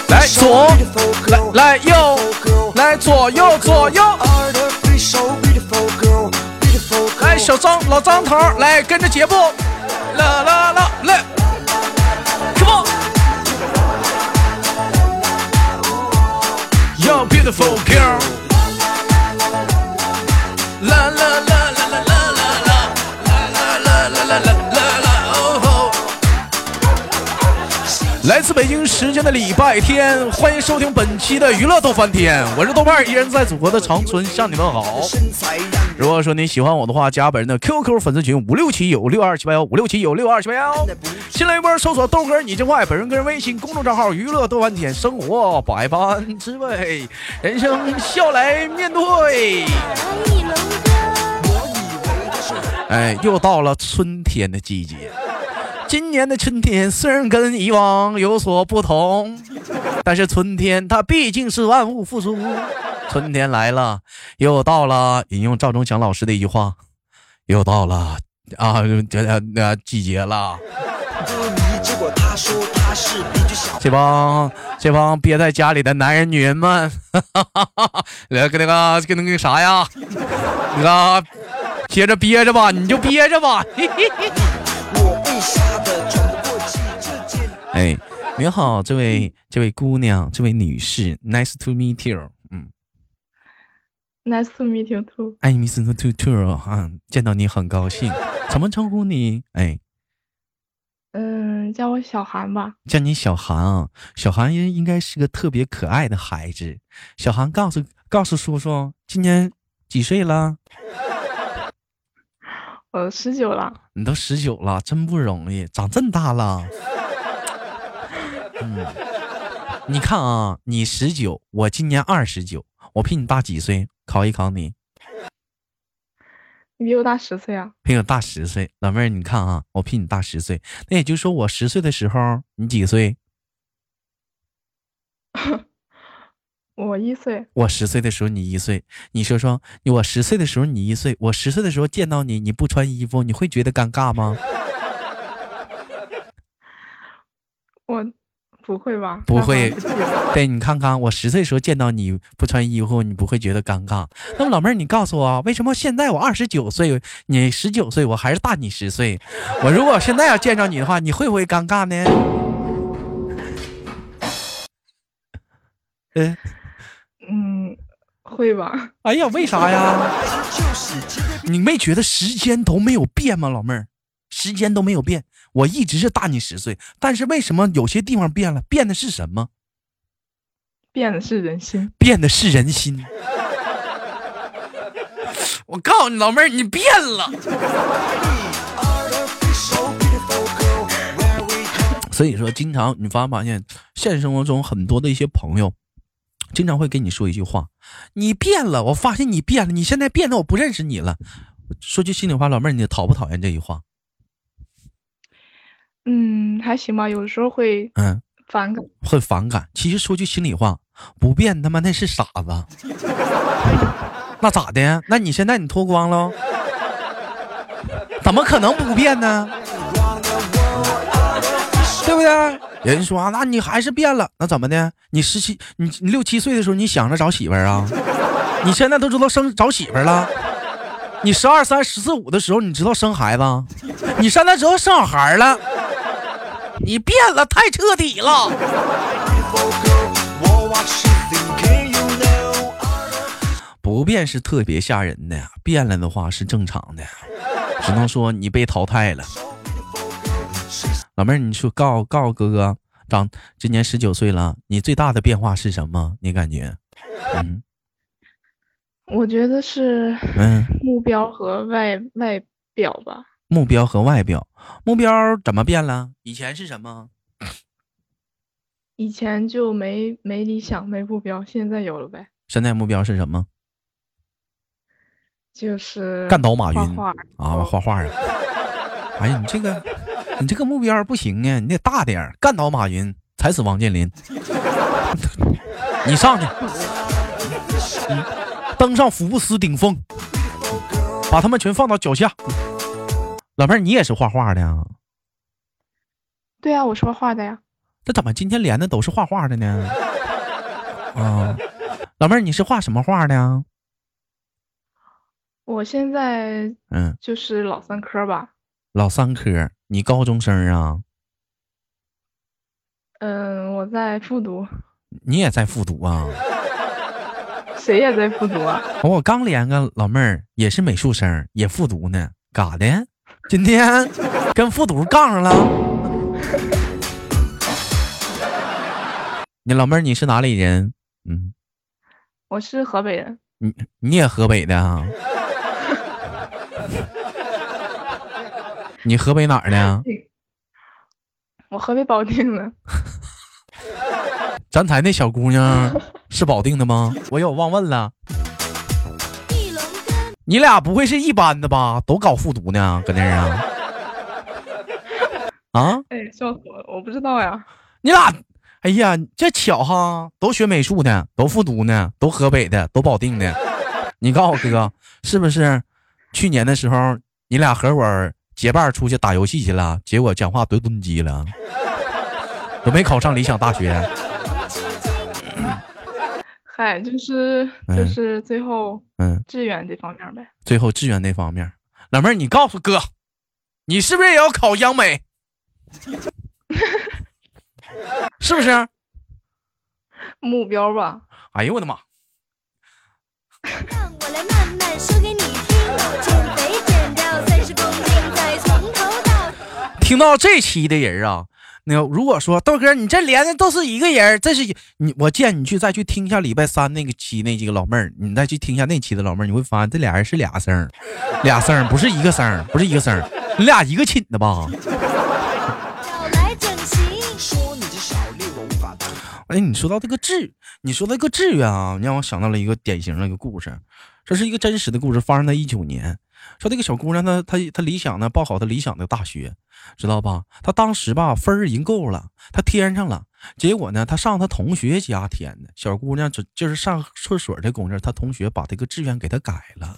来左，来右，来左右左右。来小张老张头，来跟着节步，啦啦啦来 ，Come on， You're beautiful girl， 啦啦啦啦啦啦啦啦啦啦啦啦。来自北京时间的礼拜天，欢迎收听本期的娱乐逗翻天，我是豆瓣，依然在祖国的长春向你们好。如果说你喜欢我的话，加本人的 QQ 粉丝群567有62781，567有62781，新来一波搜索豆哥你真坏，本人个人微信公众账号娱乐逗翻天，生活百般滋味，人生笑来面对。哎，又到了春天的季节。今年的春天虽然跟以往有所不同，但是春天它毕竟是万物复苏。春天来了，又到了引用赵忠祥老师的一句话，又到了季节了。这帮憋在家里的男人女人们，那个啥呀，那个接着憋着吧，你就憋着吧。哎，你好，这位姑娘，这位女士 ，Nice to meet you， Nice to meet you too。 哎，Nice to too 啊，见到你很高兴。怎么称呼你？哎， 叫我小韩吧。 叫你小韩啊，小韩应该是个特别可爱的孩子。小韩，告诉叔叔，今年几岁了？ 我19了。 你都19了，真不容易，长这么大了。你看啊，你19，我今年29，我比你大几岁？考一考你。 你比我大10岁啊？ 比我大10岁，老妹儿，你看啊，我比你大10岁，那也就是说我10岁的时候，你几岁？ 我1岁。 我10岁的时候你1岁，你说说，我10岁的时候你1岁，我10岁的时候见到你，你不穿衣服，你会觉得尴尬吗？ 我不会吧？ 不会。对，你看看我10岁的时候见到你不穿衣服，你不会觉得尴尬。那么老妹儿，你告诉我，为什么现在我29岁，你19岁，我还是大你10岁？我如果现在要见着你的话，你会不会尴尬呢？ 会吧。 哎呀，为啥呀？你没觉得时间都没有变吗，老妹儿？时间都没有变，我一直是大你10岁，但是为什么有些地方变了？变的是什么？ 变的是人心。 变的是人心。我告诉你，老妹儿，你变了。所以说，经常你发现，现实生活中很多的一些朋友，经常会跟你说一句话：“你变了。”我发现你变了，你现在变得我不认识你了。说句心里话，老妹儿，你讨不讨厌这句话？ 还行吧，有的时候会反感。 会反感。其实说句心里话，不变他妈那是傻子。那咋的？那你现在你脱光了，怎么可能不变呢？对不对？人说那你还是变了，那怎么的？你17，你6、7岁的时候，你想着找媳妇儿啊？你现在都知道找媳妇儿了。你12、13、14、15的时候，你知道生孩子？你现在知道生小孩了。你变了，太彻底了。不变是特别吓人的，变了的话是正常的，只能说你被淘汰了。老妹儿，你说告诉哥哥，今年19岁了，你最大的变化是什么？你感觉？ 我觉得是目标和外表吧。 目标和外表，目标怎么变了？以前是什么？ 以前就没理想没目标，现在有了呗。 现在目标是什么？ 就是干倒马云画画啊！哎呀，你这个目标不行啊，你得大点，干倒马云，踩死王健林。你上去，登上福布斯顶峰，把他们全放到脚下。老妹儿，你也是画画的呀？ 对啊，我是画画的呀。 这怎么今天连的都是画画的呢？啊，老妹儿，你是画什么画的呀？ 我现在就是老三科吧。 老三科，你高中生啊？ 我在复读。 你也在复读啊？ 谁也在复读啊？ 我刚连个老妹儿，也是美术生，也复读呢，干啥的？今天跟复读杠上了。你老妹儿，你是哪里人？ 我是河北人。 你也河北的啊？你河北哪儿的？ 我河北保定的。 咱才那小姑娘是保定的吗？我有忘问了。你俩不会是一般的吧？都搞复读呢，搁那儿啊？啊？ 哎，笑死我了！我不知道呀。 你俩，哎呀，这巧哈，都学美术的，都复读呢，都河北的，都保定的。你告诉我哥，是不是去年的时候你俩合伙结伴出去打游戏去了？结果讲话都蹲机了，都没考上理想大学。 嗨，就是最后志愿这方面呗。 最后志愿那方面，老妹儿，你告诉哥，你是不是也要考央美？是不是？ 目标吧。 哎呦我的妈！ 让我来慢慢说给你听，减肥减掉30公斤，再从头到。 听到这期的人啊。那如果说豆哥，你这连的都是一个人，这是你，我建议你再去听一下礼拜3那个期那几个老妹儿，你再去听一下那期的老妹儿，你会发现这俩人是俩声，不是一个声，不是一个声，你俩一个寝的吧？哎，你说到这个志愿啊，你让我想到了一个典型的一个故事，这是一个真实的故事，发生在19年。说这个小姑娘呢，她理想呢报考她理想的大学，知道吧？她当时吧分儿已经够了，她填上了。结果呢，她上她同学家填的。小姑娘就是上厕所的功夫，她同学把这个志愿给她改了。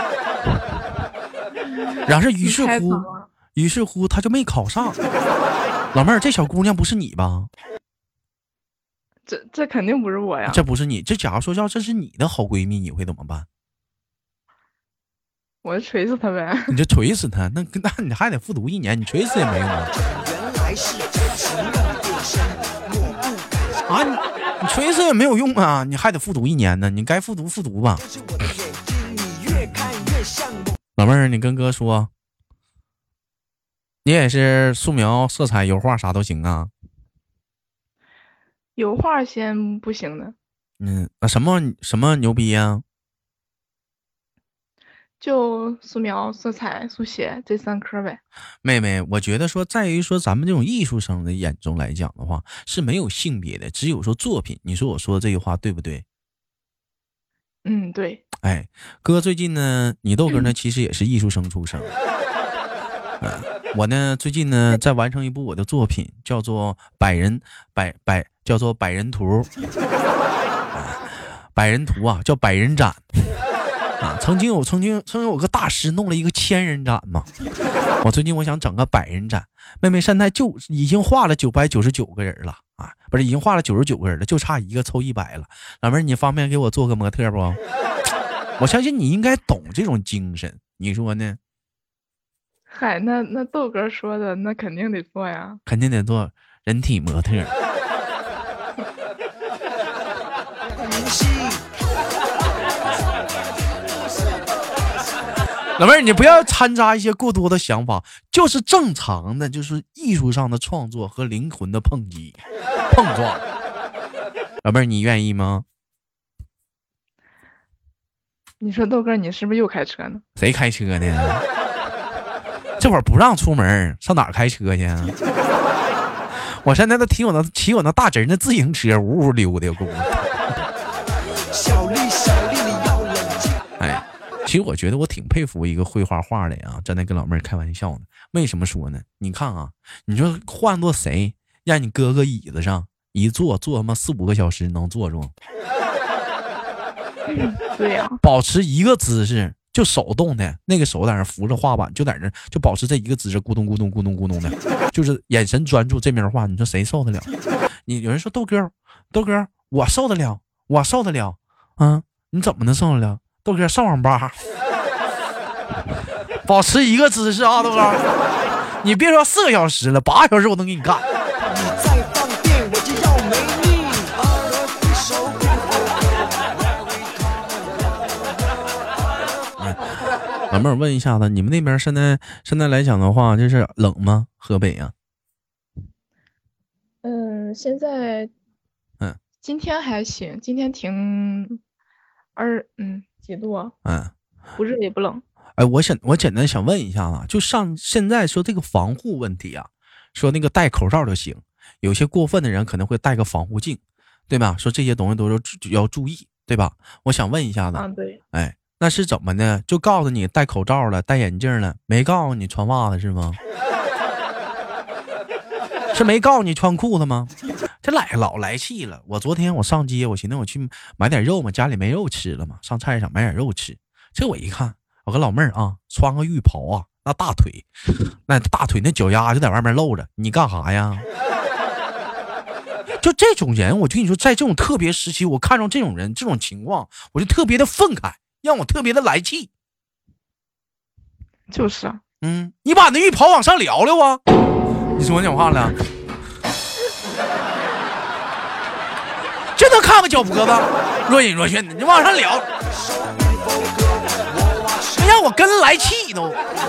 然后于是乎她就没考上。老妹儿，这小姑娘不是你吧？ 这肯定不是我呀。 这不是你，这假如说要这是你的好闺蜜，你会怎么办？ 我锤死他呗！ 你这锤死他，那你还得复读1年，你锤死也没用啊！你锤死也没有用啊！你还得复读1年呢，你该复读吧。老妹儿，你跟哥说，你也是素描、色彩、油画啥都行啊？ 油画先不行的。 什么牛逼呀？ 就素描、色彩、速写这3科呗。 妹妹，我觉得说，在于说咱们这种艺术生的眼中来讲的话，是没有性别的，只有说作品。你说我说的这句话对不对？ 对。 哎，哥最近呢，你豆哥呢，其实也是艺术生出身。我呢最近呢在完成一部我的作品，叫做百人图。百人图啊，叫百人展。曾经有个大师弄了一个1000人展嘛，我最近我想整个100人展。妹妹现在就已经画了999个人了啊，不是已经画了99个人了，就差一个凑100了。老妹儿，你方便给我做个模特不？我相信你应该懂这种精神，你说呢？ 嗨，那豆哥说的那肯定得做呀， 肯定得做人体模特。老妹儿，你不要掺杂一些过多的想法，就是正常的，就是艺术上的创作和灵魂的碰撞。老妹儿，你愿意吗？ 你说豆哥，你是不是又开车呢？ 谁开车呢？这会儿不让出门，上哪儿开车去？我现在都骑我那大侄那自行车，呜呜溜达，姑。其实我觉得我挺佩服一个会画画的呀，站在跟老妹儿开玩笑呢。为什么说呢？你看啊，你说换做谁让你搁个椅子上一坐他妈4、5个小时能坐住？ 对呀， 保持一个姿势就手动的，那个手在那扶着画板，就在那就保持这一个姿势，咕咚咕咚咕咚咕咚的，就是眼神专注这面画，你说谁受得了？你有人说豆哥，我受得了，啊，你怎么能受得了？豆哥上网吧，保持一个姿势啊，豆哥，你别说4个小时了，8个小时我能给你干。老妹儿问一下子，你们那边现在来讲的话，就是冷吗？河北啊？ 现在，今天还行，今天挺几度啊？不热也不冷。 哎，我简单想问一下啊，就现在说这个防护问题啊，说那个戴口罩就行，有些过分的人可能会戴个防护镜，对吧？说这些东西都是要注意，对吧？我想问一下子， 对， 哎，那是怎么的？就告诉你戴口罩了，戴眼镜了，没告诉你穿袜子是吗？是没告诉你穿裤子吗？这老来气了。昨天我上街，我寻思我去买点肉嘛，家里没肉吃了嘛，上菜市场买点肉吃。这我一看，我个老妹儿啊，穿个浴袍啊，那大腿那脚丫就在外面露着，你干啥呀？就这种人，我就跟你说，在这种特别时期，我看到这种人这种情况，我就特别的愤慨，让我特别的来气。 就是啊， 你把那浴袍往上撩撩啊！你说我讲话了，就能看个脚脖子，若隐若现的，你往上撩，让我跟来气都。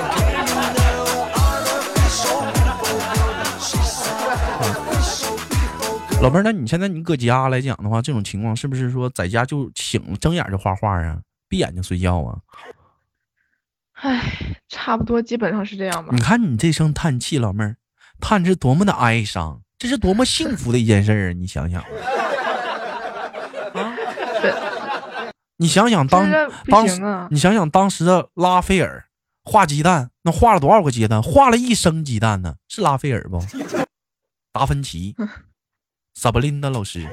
老妹儿，那你现在你搁家来讲的话，这种情况是不是说在家就醒了睁眼就画画啊，闭眼睛睡觉啊？ 差不多基本上是这样吧。 你看你这声叹气，老妹儿，叹是多么的哀伤，这是多么幸福的一件事儿啊！你想想，你想想你想想当时的拉斐尔画鸡蛋，那画了多少个鸡蛋？画了1升鸡蛋呢？是拉斐尔不？达芬奇。萨布琳达老师，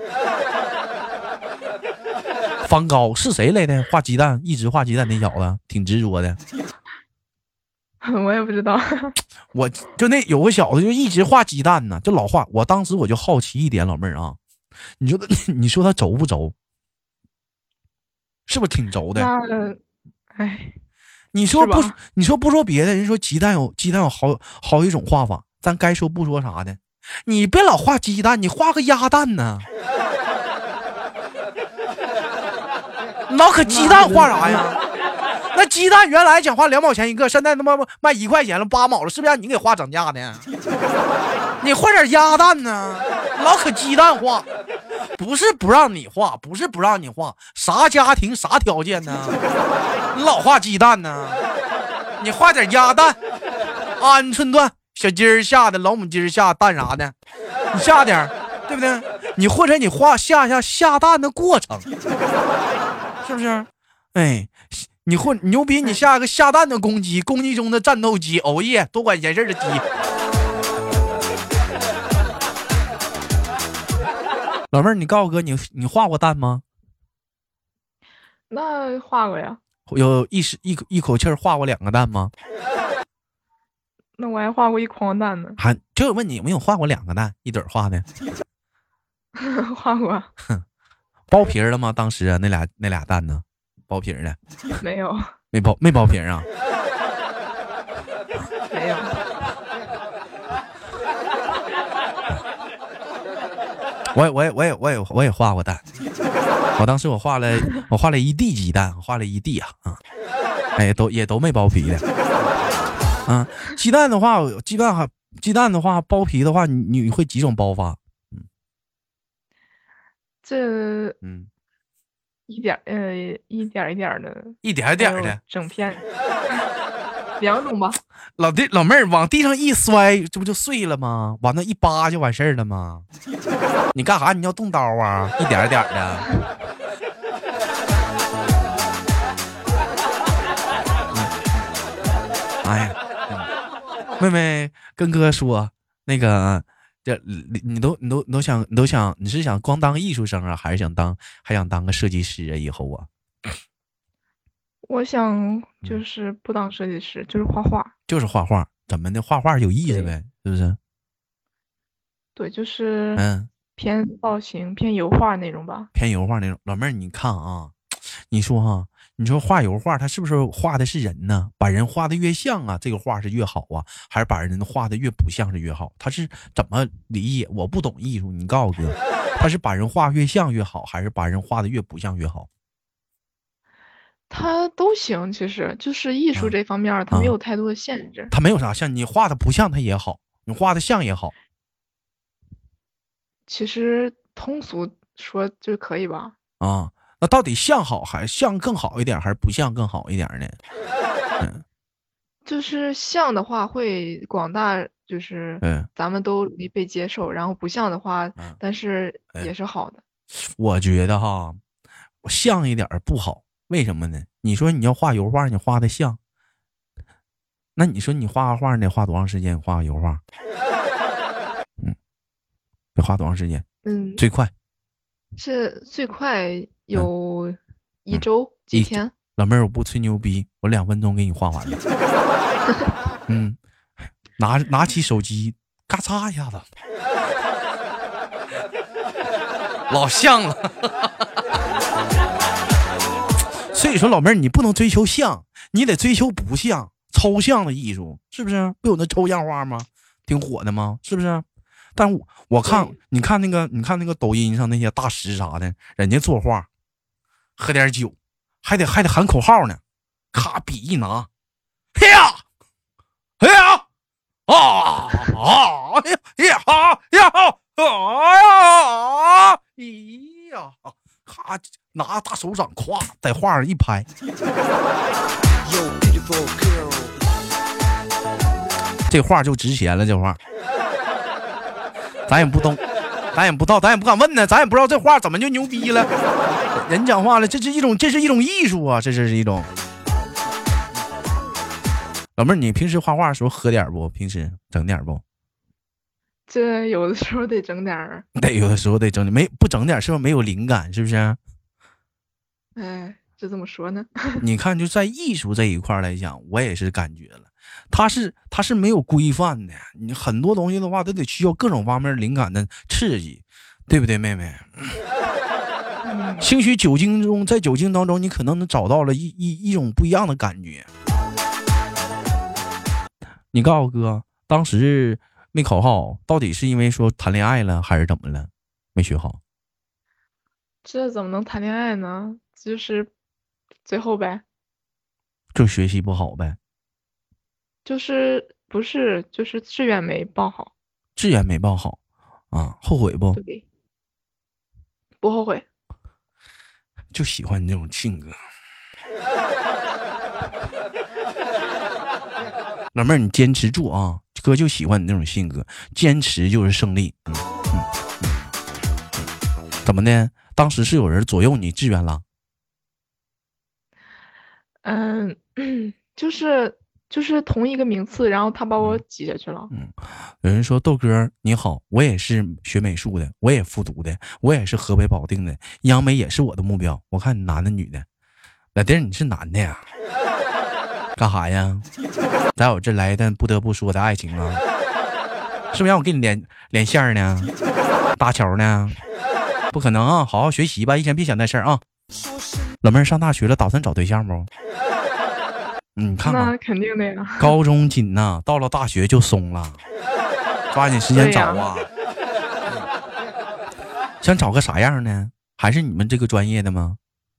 梵高是谁来的？画鸡蛋，一直画鸡蛋那小子挺执着的。 我也不知道。 我就那有个小子就一直画鸡蛋呢，就老画。我当时我就好奇一点，老妹儿啊，你说他轴不轴？是不是挺轴的？你说不？你说不说别的，人说鸡蛋有好几种画法，咱该说不说啥的。你别老画鸡蛋，你画个鸭蛋呢？老可鸡蛋画啥呀？那鸡蛋原来讲话2毛钱一个，现在他妈卖1块钱了，8毛了，是不是让你给画涨价的？你画点鸭蛋呢？老可鸡蛋画，不是不让你画，啥家庭啥条件呢？你老画鸡蛋呢？你画点鸭蛋，鹌鹑蛋。小鸡儿下的，老母鸡儿下蛋啥的，你下点，对不对？你或者你画下蛋的过程，是不是？哎，你牛逼，你下个下蛋的公鸡中的战斗机，哦耶，多管闲事的鸡。老妹儿，你告诉哥，你画过蛋吗？ 那画过呀。 有一口气画过2个蛋吗？ 那我还画过1筐蛋呢。 就问你有没有画过2个蛋，一对画的？ 画过。 包皮了吗？当时啊，那俩蛋呢？包皮的？ 没有。 没包皮啊？ 没有。 我也画过蛋。我当时我画了1地鸡蛋，画了1地啊，哎，都没包皮的。鸡蛋的话，包皮的话，你会几种包法？ 一点一点的， 一点的， 整片，2种吧。 老妹儿往地上一摔，这不就碎了吗？往那一扒就完事儿了吗？你干啥？你要动刀啊？一点的。哎呀。妹妹跟哥说，那个，你是想光当艺术生啊，还想当个设计师啊？以后啊， 我想就是不当设计师，就是画画。 就是画画，怎么的？画画有意思呗，是不是？ 对，就是偏造型、偏油画那种吧。 偏油画那种。老妹儿，你看啊，你说哈，你说画油画，它是不是画的是人呢？把人画的越像啊，这个画是越好啊，还是把人画的越不像是越好？他是怎么理解？我不懂艺术，你告诉我哥，他是把人画越像越好，还是把人画的越不像越好？ 他都行，其实就是艺术这方面，他没有太多的限制。 他没有啥像，你画的不像他也好，你画的像也好。 其实通俗说就可以吧。 啊，那到底像好还是像更好一点，还是不像更好一点呢？ 就是像的话会广大就是咱们都容易被接受，然后不像的话，但是也是好的。 我觉得哈，像一点不好，为什么呢？你说你要画油画，你画的像，那你说你画画得花多长时间？画油画，得花多长时间？最快是最快有1周几天。 老妹儿，我不吹牛逼，我2分钟给你画完了。拿起手机，嘎嚓一下子，老像了。所以说，老妹儿，你不能追求像，你得追求不像，抽象的艺术，是不是？不有那抽象画吗？挺火的吗？是不是？但我看，你看那个抖音上那些大师啥的，人家作画，喝点酒，还得喊口号呢，咔笔一拿，嘿呀，嘿呀，啊啊呀呀呀，咔拿大手掌，咵在画上一拍。这画就值钱了，这画。咱也不懂，咱也不知道，咱也不敢问呢，咱也不知道这画怎么就牛逼了。人讲话了，这是一种艺术啊，这是一种。老妹儿，你平时画画的时候喝点不？平时整点不？ 这有的时候得整点儿。 得有的时候得整点，不整点是不是没有灵感？是不是？ 哎，这怎么说呢？ 你看，就在艺术这一块来讲，我也是感觉了。它是没有规范的，你很多东西的话都得需要各种方面灵感的刺激，对不对，妹妹？兴许在酒精当中，你可能能找到了一种不一样的感觉。你告诉我哥，当时没考好，到底是因为说谈恋爱了，还是怎么了？没学好？ 这怎么能谈恋爱呢？就是最后呗， 就学习不好呗。 就是不是就是志愿没报好。 志愿没报好啊，后悔不？ 对，不后悔。 就喜欢你这种性格。老妹儿，你坚持住啊！哥就喜欢你那种性格，坚持就是胜利。怎么的？当时是有人左右你志愿了？ 就是同一个名次，然后他把我挤下去了。 有人说豆哥你好，我也是学美术的，我也复读的，我也是河北保定的，央美也是我的目标。我看你男的女的，老弟你是男的呀？干啥呀？在我这来但不得不说的爱情啊，是不是让我给你连线呢？搭桥呢？不可能啊！好好学习吧，一天别想那事儿啊。老妹儿上大学了，打算找对象不？你看看， 那肯定的呀。 高中紧呐，到了大学就松了，抓紧时间找啊。想找个啥样呢？还是你们这个专业的吗？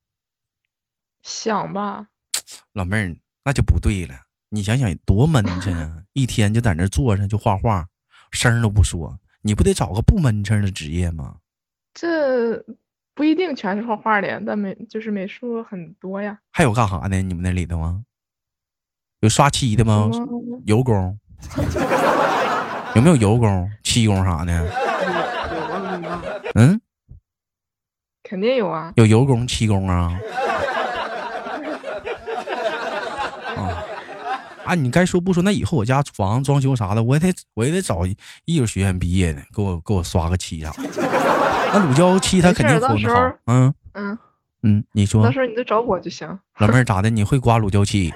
想吧。 老妹儿，那就不对了。你想想多闷碜啊！一天就在那坐着就画画，声都不说。你不得找个不闷碜的职业吗？ 这不一定全是画画的呀，但就是美术很多呀。 还有干啥的？你们那里头吗？有刷漆的吗？油工？有没有油工、漆工啥的？ 有肯定有啊。 有油工、漆工啊。啊，你该说不说？那以后我家房子装修啥的，我也得找艺术学院毕业的，给我刷个漆啥。那乳胶漆它肯定混得好。 你说。 到时候你就找我就行。 老妹儿咋的？你会刮乳胶漆？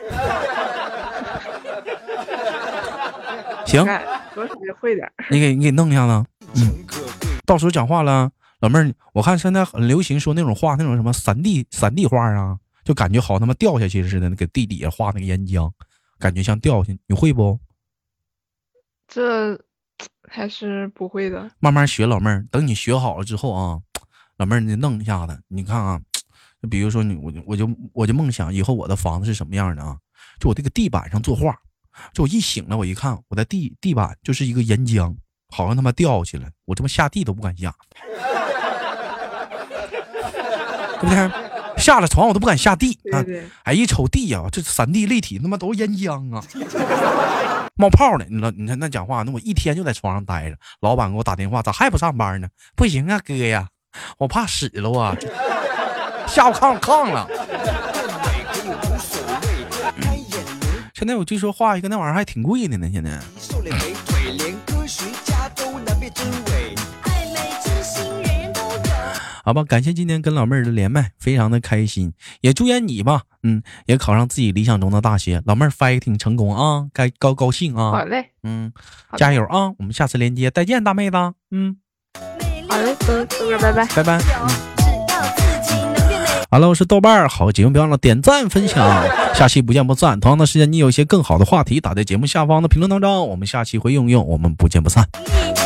行， 多少也会点。 你给弄一下子。到时候讲话了，老妹儿，我看现在很流行说那种画，那种什么3D画啊，就感觉好他妈掉下去似的，给地底下画那个岩浆，感觉像掉下去，你会不？ 这还是不会的， 慢慢学，老妹儿。等你学好了之后啊，老妹儿你弄一下子，你看啊，就比如说我就梦想以后我的房子是什么样的啊？就我这个地板上作画，就我一醒了，我一看我的地板就是一个岩浆，好像他妈掉下去了，我他妈下地都不敢下，对不对？下了床我都不敢下地啊！哎，一瞅地呀，这3D 立体他妈都是岩浆啊，冒泡呢！你看那讲话，那我一天就在床上待着，老板给我打电话，咋还不上班呢？不行啊，哥呀，我怕死了啊，下不炕了。现在我据说画一个那玩意儿还挺贵的呢，现在。好吧，感谢今天跟老妹儿的连麦，非常的开心，也祝愿你吧，也考上自己理想中的大学。老妹儿fighting成功啊，该高兴啊。 好嘞， 加油啊！我们下次连接再见，大妹子。 好嘞，哥哥，拜拜， 拜拜。好了，我是豆瓣儿，好节目别忘了点赞分享，下期不见不散。同样的时间，你有一些更好的话题打在节目下方的评论当中，我们下期会用，我们不见不散。